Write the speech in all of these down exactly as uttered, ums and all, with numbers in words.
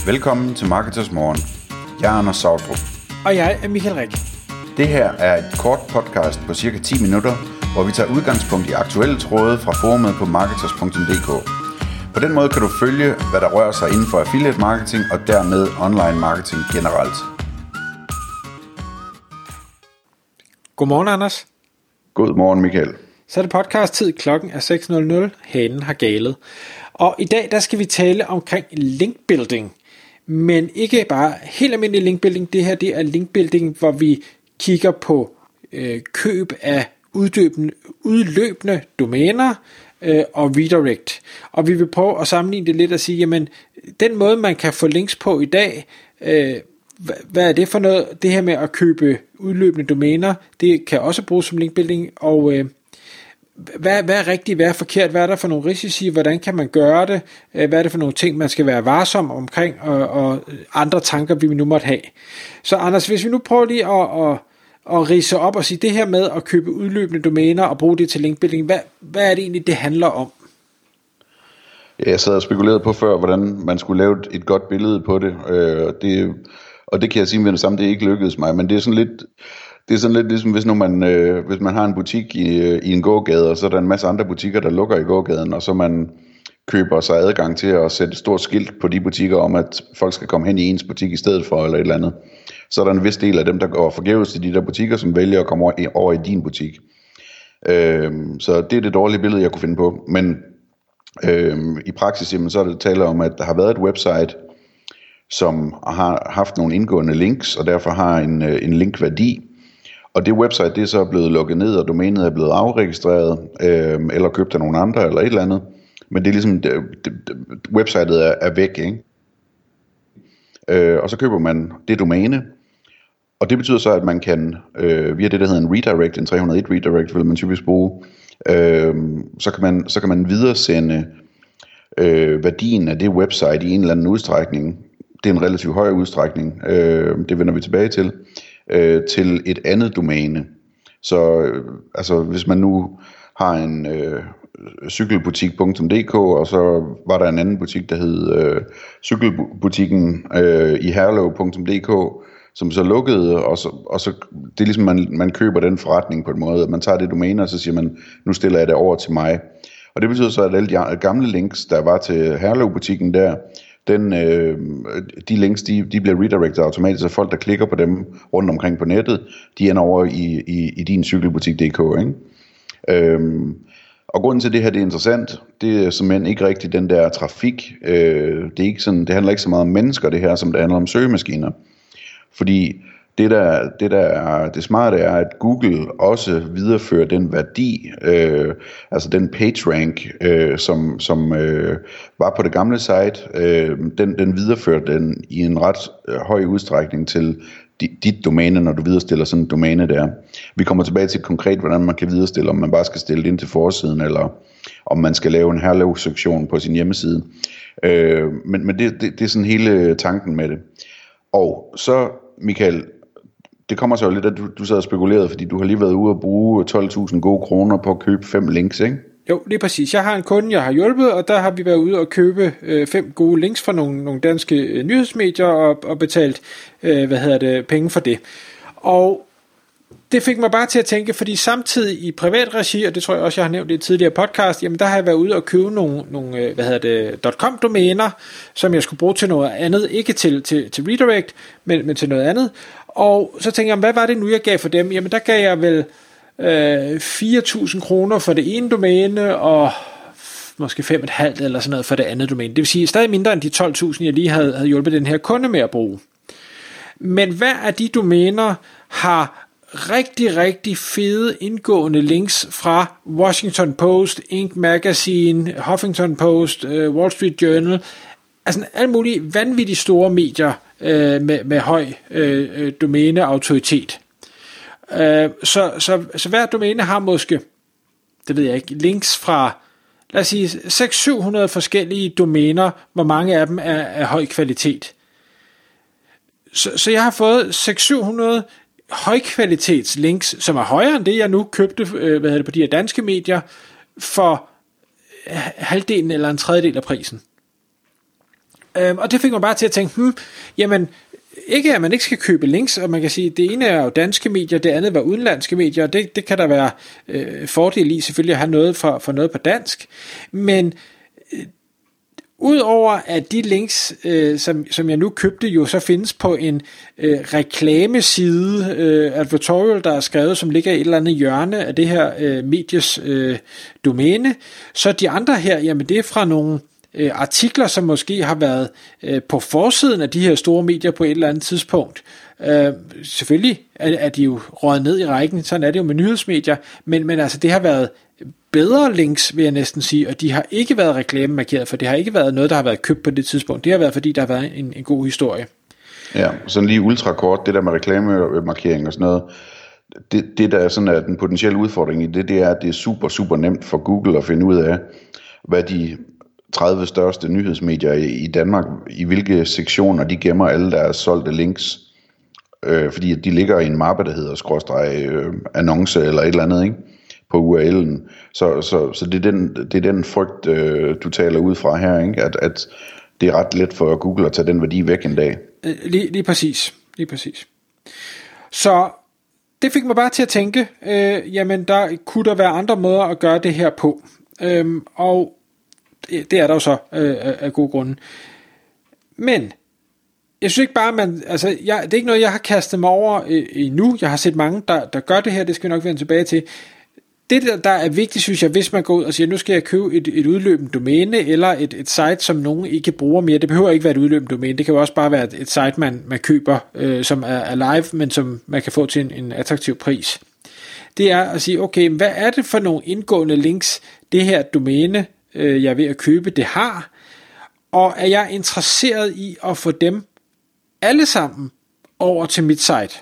Velkommen til Marketers Morgen. Jeg er Anders Sautrup. Og jeg er Michael Rik. Det her er et kort podcast på cirka ti minutter, hvor vi tager udgangspunkt i aktuelle tråde fra forumet på marketers punktum d k. På den måde kan du følge, hvad der rører sig inden for affiliate marketing og dermed online marketing generelt. Godmorgen, Anders. Godmorgen, Michael. Så er det podcast-tid. Klokken er seks nul nul. Hanen har galet. Og i dag der skal vi tale omkring linkbuilding. Men ikke bare helt almindelig linkbuilding. Det her det er linkbuilding, hvor vi kigger på øh, køb af uddøbende, udløbende domæner øh, og redirect. Og vi vil prøve at sammenligne det lidt og sige, jamen den måde man kan få links på i dag, øh, hvad er det for noget? Det her med at købe udløbende domæner, det kan også bruges som linkbuilding. Og øh, Hvad, hvad er rigtigt, hvad er forkert, hvad er der for nogle risici, hvordan kan man gøre det, hvad er det for nogle ting, man skal være varsom omkring, og, og andre tanker, vi nu måtte have. Så Anders, hvis vi nu prøver lige at, at, at ridse op og sige, det her med at købe udløbende domæner og bruge det til linkbuilding, hvad, hvad er det egentlig, det handler om? Ja, jeg sad og spekulerede på før, hvordan man skulle lave et godt billede på det, øh, det og det kan jeg sige med det samme, det ikke lykkedes mig, men det er sådan lidt... Det er sådan lidt ligesom, hvis, nu man, øh, hvis man har en butik i, øh, i en gågade, og så er der en masse andre butikker, der lukker i gågaden, og så man køber sig adgang til at sætte et stort skilt på de butikker om, at folk skal komme hen i ens butik i stedet for, eller et eller andet. Så er der en vis del af dem, der går forgæves til de der butikker, som vælger at komme over i, over i din butik. Øh, så det er det dårlige billede, jeg kunne finde på. Men øh, i praksis, jamen, så er det tale om, at der har været et website, som har haft nogle indgående links, og derfor har en, en linkværdi. Og det website, det er så blevet lukket ned, og domænet er blevet afregistreret, øh, eller købt af nogle andre, eller et eller andet. Men det er ligesom, det, det, websitet er, er væk, ikke? Øh, og så køber man det domæne, og det betyder så, at man kan, øh, via det, der hedder en redirect, en tre hundrede og et redirect, vil man typisk bruge, øh, så, kan man, så kan man videresende øh, værdien af det website i en eller anden udstrækning. Det er en relativt høj udstrækning, øh, det vender vi tilbage til. Øh, til et andet domæne. Så øh, altså hvis man nu har en øh, cykelbutik punktum d k, og så var der en anden butik, der hed øh, cykelbutikken øh, i herlev punktum d k, som så lukkede, og så, og så det er ligesom man, man køber den forretning på en måde, at man tager det domæne, og så siger man, nu stiller jeg det over til mig. Og det betyder så, at alle de gamle links, der var til herlev-butikken der, Den, øh, de links, de, de bliver redirected automatisk, så folk, der klikker på dem rundt omkring på nettet, de ender over i, i, i din cykelbutik punktum d k, ikke? Øhm, og grunden til det her, det er interessant, det er simpelthen ikke rigtig den der trafik. Øh, det, er ikke sådan, det handler ikke så meget om mennesker, det her, som det handler om søgemaskiner. Fordi det der, det der er det smarte er, at Google også viderefører den værdi, øh, altså den PageRank, øh, som, som øh, var på det gamle site, øh, den, den viderefører den i en ret øh, høj udstrækning til dit, dit domæne, når du viderestiller sådan et domæne der. Vi kommer tilbage til konkret, hvordan man kan viderestille, om man bare skal stille det ind til forsiden, eller om man skal lave en herlev-sektion på sin hjemmeside. Øh, men men det, det, det er sådan hele tanken med det. Og så, Michael, det kommer så lidt, at du, du sad og spekulerede, fordi du har lige været ude og bruge tolv tusind gode kroner på at købe fem links, ikke? Jo, det er præcis. Jeg har en kunde, jeg har hjulpet, og der har vi været ude og købe øh, fem gode links fra nogle, nogle danske øh, nyhedsmedier og, og betalt øh, hvad hedder det, penge for det. Og det fik mig bare til at tænke, fordi samtidig i privat regi, og det tror jeg også, jeg har nævnt i et tidligere podcast, jamen der har jeg været ude og købe nogle, nogle hvad hedder det, .com-domæner, som jeg skulle bruge til noget andet, ikke til, til, til redirect, men, men til noget andet. Og så tænkte jeg, hvad var det nu, jeg gav for dem? Jamen der gav jeg vel øh, fire tusind kroner for det ene domæne, og måske fem komma fem eller sådan noget for det andet domæne. Det vil sige stadig mindre end de tolv tusind, jeg lige havde, havde hjulpet den her kunde med at bruge. Men hver af de domæner har rigtig, rigtig fede indgående links fra Washington Post, Inc. Magazine, Huffington Post, uh, Wall Street Journal, altså alle mulige vanvittigt store medier uh, med, med høj uh, domæneautoritet. Uh, så, så, så hver domæne har måske, det ved jeg ikke, links fra, lad os sige, seks hundrede til syv hundrede forskellige domæner, hvor mange af dem er af høj kvalitet. Så, så jeg har fået seks hundrede til syv hundrede højkvalitets links, som er højere end det, jeg nu købte øh, hvad hedder det, på de her danske medier, for halvdelen eller en tredjedel af prisen. Øhm, og det fik mig bare til at tænke, hmm, jamen, ikke at man ikke skal købe links, og man kan sige, at det ene er jo danske medier, det andet var udenlandske medier, og det, det kan der være øh, fordel i selvfølgelig at have noget for, for noget på dansk, men øh, udover at de links, øh, som, som jeg nu købte, jo så findes på en øh, reklameside, øh, advertorial, der er skrevet, som ligger i et eller andet hjørne af det her øh, medies øh, domæne, så de andre her, jamen det er fra nogle øh, artikler, som måske har været øh, på forsiden af de her store medier på et eller andet tidspunkt. Øh, selvfølgelig er, er de jo røget ned i rækken, sådan er det jo med nyhedsmedier, men, men altså det har været bedre links, vil jeg næsten sige, og de har ikke været reklamemarkeret, for det har ikke været noget, der har været købt på det tidspunkt. Det har været, fordi der har været en, en god historie. Ja, sådan lige ultrakort, det der med reklamemarkering og sådan noget, det, det der er sådan er den potentielle udfordring i det, det er, at det er super, super nemt for Google at finde ud af, hvad de tredive største nyhedsmedier i, i Danmark, i hvilke sektioner de gemmer alle deres solgte links, øh, fordi de ligger i en mappe, der hedder skråstreg øh, annonce eller et eller andet, ikke? På U R L'en. Så, så, så det, er den, det er den frygt, øh, du taler ud fra her, ikke? At, at det er ret let for Google at tage den værdi væk en dag. Lige, lige præcis. Lige præcis. Så det fik mig bare til at tænke, øh, jamen der kunne der være andre måder at gøre det her på. Øhm, og det, det er der jo så øh, af gode grunde. Men jeg synes ikke bare, man, altså, jeg, det er ikke noget, jeg har kastet mig over øh, endnu. Jeg har set mange, der, der gør det her, det skal vi nok vende tilbage til. Det der, der er vigtigt, synes jeg, hvis man går ud og siger, nu skal jeg købe et, et udløbende domæne, eller et, et site, som nogen ikke bruger mere. Det behøver ikke være et udløbende domæne, det kan jo også bare være et, et site, man, man køber, øh, som er, er live, men som man kan få til en, en attraktiv pris. Det er at sige, okay, hvad er det for nogle indgående links, det her domæne, øh, jeg er ved at købe, det har, og er jeg interesseret i at få dem alle sammen over til mit site?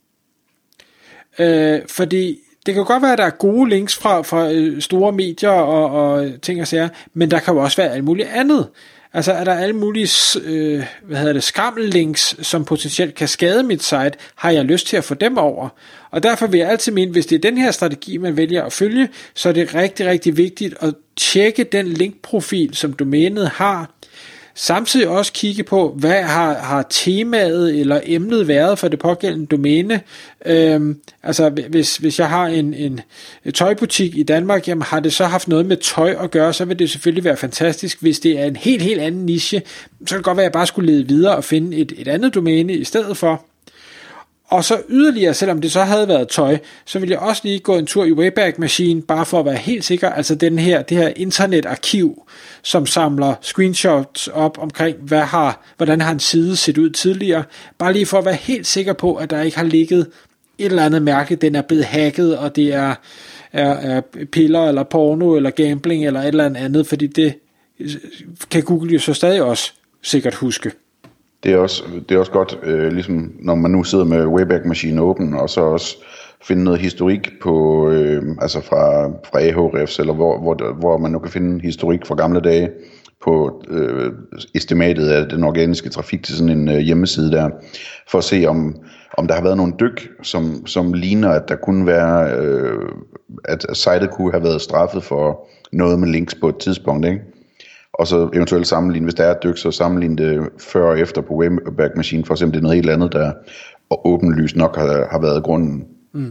Øh, fordi det kan godt være, at der er gode links fra, fra store medier og, og ting og sager, men der kan jo også være alt muligt andet. Altså er der alle mulige øh, hvad hedder det, skrammellinks, som potentielt kan skade mit site, har jeg lyst til at få dem over. Og derfor vil jeg altid mene, hvis det er den her strategi, man vælger at følge, så er det rigtig, rigtig vigtigt at tjekke den linkprofil, som domænet har. Samtidig også kigge på, hvad har, har temaet eller emnet været for det pågældende domæne. Øhm, altså hvis, hvis jeg har en, en tøjbutik i Danmark, jamen har det så haft noget med tøj at gøre, så vil det selvfølgelig være fantastisk. Hvis det er en helt, helt anden niche, så kan det godt være, at jeg bare skulle lede videre og finde et, et andet domæne i stedet for. Og så yderligere, selvom det så havde været tøj, så vil jeg også lige gå en tur i Wayback Machine, bare for at være helt sikker, altså den her, det her internetarkiv, som samler screenshots op omkring, hvad har, hvordan har en side set ud tidligere, bare lige for at være helt sikker på, at der ikke har ligget et eller andet mærke, den er blevet hacket, og det er, er, er piller, eller porno, eller gambling, eller et eller andet, fordi det kan Google jo så stadig også sikkert huske. Det er også, det er også godt, øh, ligesom når man nu sidder med Wayback Machine åben, og så også finde noget historik på, øh, altså fra, fra Ahrefs, eller hvor, hvor, hvor man nu kan finde historik fra gamle dage på øh, estimatet af den organiske trafik til sådan en øh, hjemmeside der, for at se om, om der har været nogle dyk, som, som ligner, at der kunne være, øh, at sitet kunne have været straffet for noget med links på et tidspunkt, ikke? Og så eventuelt sammenligne, hvis der er et dyk, så sammenligne det før og efter på Wayback Machine, for eksempel det er noget helt andet, der åbenlyst nok har, har været grunden. Mm.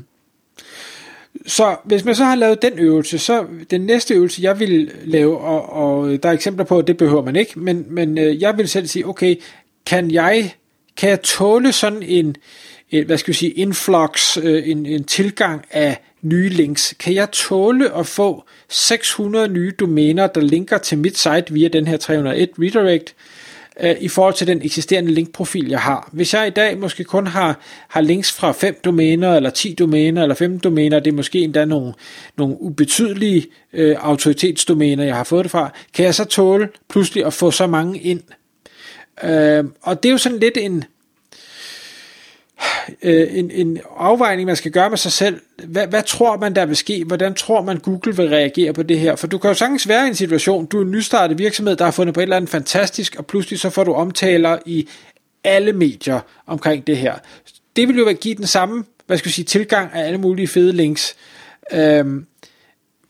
Så hvis man så har lavet den øvelse, så den næste øvelse, jeg vil lave, og, og der er eksempler på, at det behøver man ikke, men, men jeg vil selv sige, okay, kan jeg, kan jeg tåle sådan en, en hvad skal vi sige, influx, en, en tilgang af nye links? Kan jeg tåle at få seks hundrede nye domæner, der linker til mit site via den her tre hundrede og et redirect, øh, i forhold til den eksisterende linkprofil, jeg har? Hvis jeg i dag måske kun har, har links fra fem domæner, eller ti domæner, eller femten domæner, det er måske endda nogle, nogle ubetydelige øh, autoritetsdomæner, jeg har fået det fra, kan jeg så tåle pludselig at få så mange ind? Øh, og det er jo sådan lidt en En, en afvejning, man skal gøre med sig selv. Hvad, hvad tror man, der vil ske? Hvordan tror man, Google vil reagere på det her? For du kan jo sagtens være i en situation, du er en nystartet virksomhed, der har fundet på et eller andet fantastisk, og pludselig så får du omtaler i alle medier omkring det her. Det vil jo give den samme, hvad skal jeg sige, tilgang af alle mulige fede links. Øhm,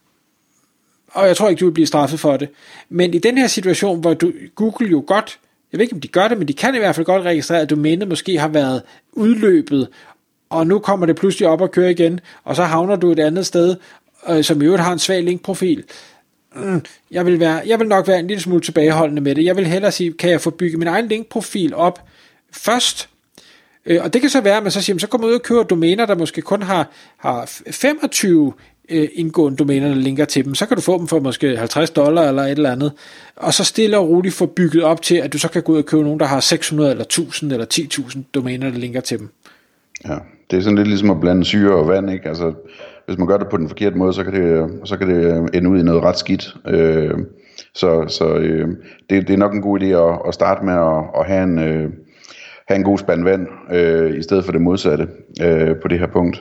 og jeg tror ikke, du vil blive straffet for det. Men i den her situation, hvor du, Google jo godt jeg ved ikke, om de gør det, men de kan i hvert fald godt registrere, at domænet måske har været udløbet, og nu kommer det pludselig op og kører igen, og så havner du et andet sted, øh, som i øvrigt har en svag linkprofil. Mm, jeg, vil være, jeg vil nok være en lille smule tilbageholdende med det. Jeg vil hellere sige, kan jeg få bygget min egen linkprofil op først? Øh, og det kan så være, at man så siger, så kommer ud og køber domæner, der måske kun har, har femogtyve øh, indgående domæner, der linker til dem. Så kan du få dem for måske halvtreds dollar eller et eller andet. Og så stille og roligt få bygget op til, at du så kan gå ud og købe nogen, der har seks hundrede eller tusind eller ti tusind domæner, der linker til dem. Ja, det er sådan lidt ligesom at blande syre og vand, ikke? Altså, hvis man gør det på den forkerte måde, så kan det, så kan det ende ud i noget ret skidt. Øh, så så øh, det, det er nok en god idé at, at starte med at, at have, en, øh, have en god spand vand, øh, i stedet for det modsatte øh, på det her punkt.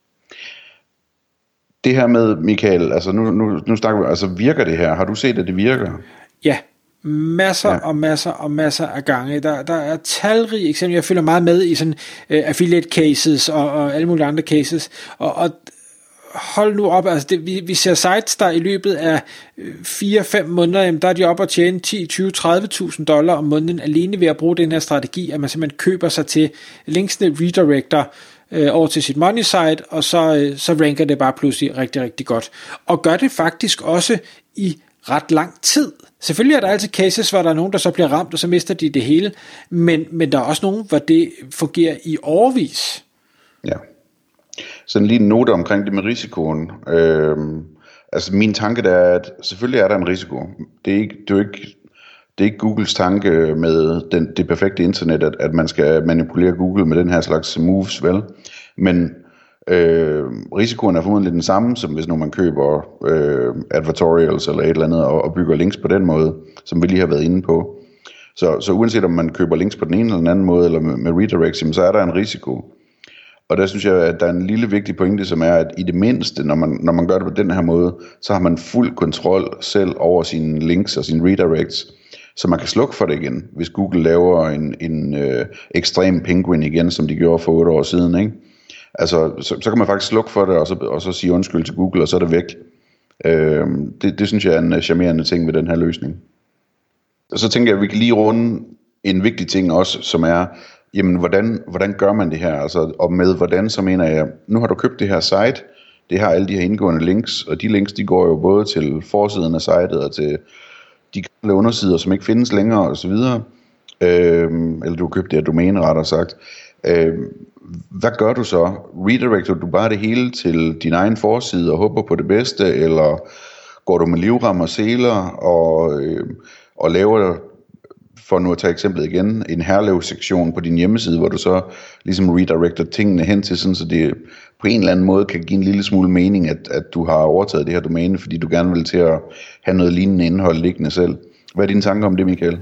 Det her med, Michael, altså nu, nu, nu snakker vi, altså virker det her? Har du set, at det virker? Ja, masser ja. og masser og masser af gange. Der, der er talrige eksempler. Jeg følger meget med i sådan uh, affiliate cases og, og alle mulige andre cases. Og, og hold nu op, altså det, vi, vi ser sites, der i løbet af fire fem måneder, jamen, der er de oppe at tjene ti, tyve, tredive tusind dollar om måneden, alene ved at bruge den her strategi, at man simpelthen køber sig til linksene redirector øh, over til sit money site, og så, øh, så ranker det bare pludselig rigtig, rigtig godt. Og gør det faktisk også i ret lang tid. Selvfølgelig er der altid cases, hvor der er nogen, der så bliver ramt, og så mister de det hele, men, men der er også nogen, hvor det fungerer i årevis. Ja. Sådan lige en note omkring det med risikoen. Øhm, altså min tanke der er, at selvfølgelig er der en risiko. Det er ikke, det er ikke, det er ikke Googles tanke med den, det perfekte internet, at, at man skal manipulere Google med den her slags moves, vel? Men øh, risikoen er formodentlig den samme, som hvis nu man køber øh, advertorials eller et eller andet, og, og bygger links på den måde, som vi lige har været inde på. Så, så uanset om man køber links på den ene eller den anden måde, eller med, med redirects, så er der en risiko. Og der synes jeg, at der er en lille vigtig pointe, som er, at i det mindste, når man, når man gør det på den her måde, så har man fuld kontrol selv over sine links og sine redirects, så man kan slukke for det igen, hvis Google laver en, en øh, ekstrem penguin igen, som de gjorde for otte år siden, ikke? Altså, så, så kan man faktisk slukke for det, og så, og så sige undskyld til Google, og så er det væk. Øh, det, det synes jeg er en charmerende ting ved den her løsning. Og så tænker jeg, at vi kan lige runde en vigtig ting også, som er, jamen, hvordan, hvordan gør man det her? Altså, og med hvordan, så mener jeg, nu har du købt det her site, det har alle de her indgående links, og de links, de går jo både til forsiden af sitet, og til de gamle undersider, som ikke findes længere, og så videre. Øhm, eller du har købt det her domæne, rettere sagt. Øhm, hvad gør du så? Redirecter du bare det hele til din egen forside, og håber på det bedste, eller går du med livrem og seler, og, øh, og laver, for nu at tage eksemplet igen, en Herlev-sektion på din hjemmeside, hvor du så ligesom redirecter tingene hen til, sådan, så det på en eller anden måde kan give en lille smule mening, at, at du har overtaget det her domæne, fordi du gerne vil til at have noget lignende indhold liggende selv. Hvad er dine tanker om det, Michael?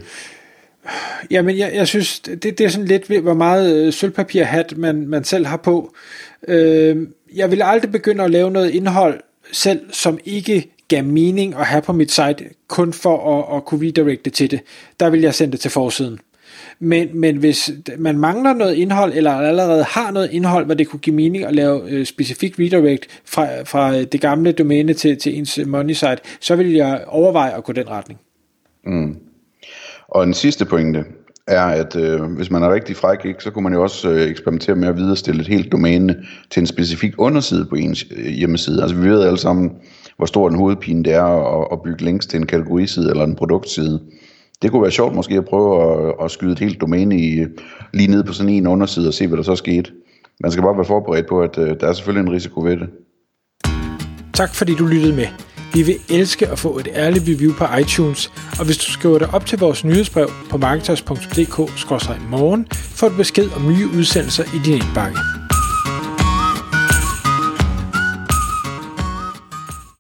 Jamen, jeg, jeg synes, det, det er sådan lidt, hvor meget øh, sølvpapirhat man, man selv har på. Øh, jeg vil aldrig begynde at lave noget indhold selv, som ikke gav mening at have på mit site, kun for at, at kunne redirecte til det. Der vil jeg sende det til forsiden. Men, men hvis man mangler noget indhold, eller allerede har noget indhold, hvor det kunne give mening at lave øh, specifik redirect fra, fra det gamle domæne til, til ens money site, så vil jeg overveje at gå den retning. Mm. Og en sidste pointe er, at øh, hvis man er rigtig fræk, ikke, så kunne man jo også øh, eksperimentere med at viderestille et helt domæne til en specifik underside på ens øh, hjemmeside. Altså vi ved alle sammen, hvor stor en hovedpine det er at, at bygge links til en kategoriside eller en produktside. Det kunne være sjovt måske at prøve at, at skyde et helt domæne i, lige ned på sådan en underside og se, hvad der så skete. Man skal bare være forberedt på, at øh, der er selvfølgelig en risiko ved det. Tak fordi du lyttede med. Vi vil elske at få et ærligt review på iTunes, og hvis du skriver dig op til vores nyhedsbrev på marketers punktum d k skråstreg morgen, får du besked om nye udsendelser i din indbakke.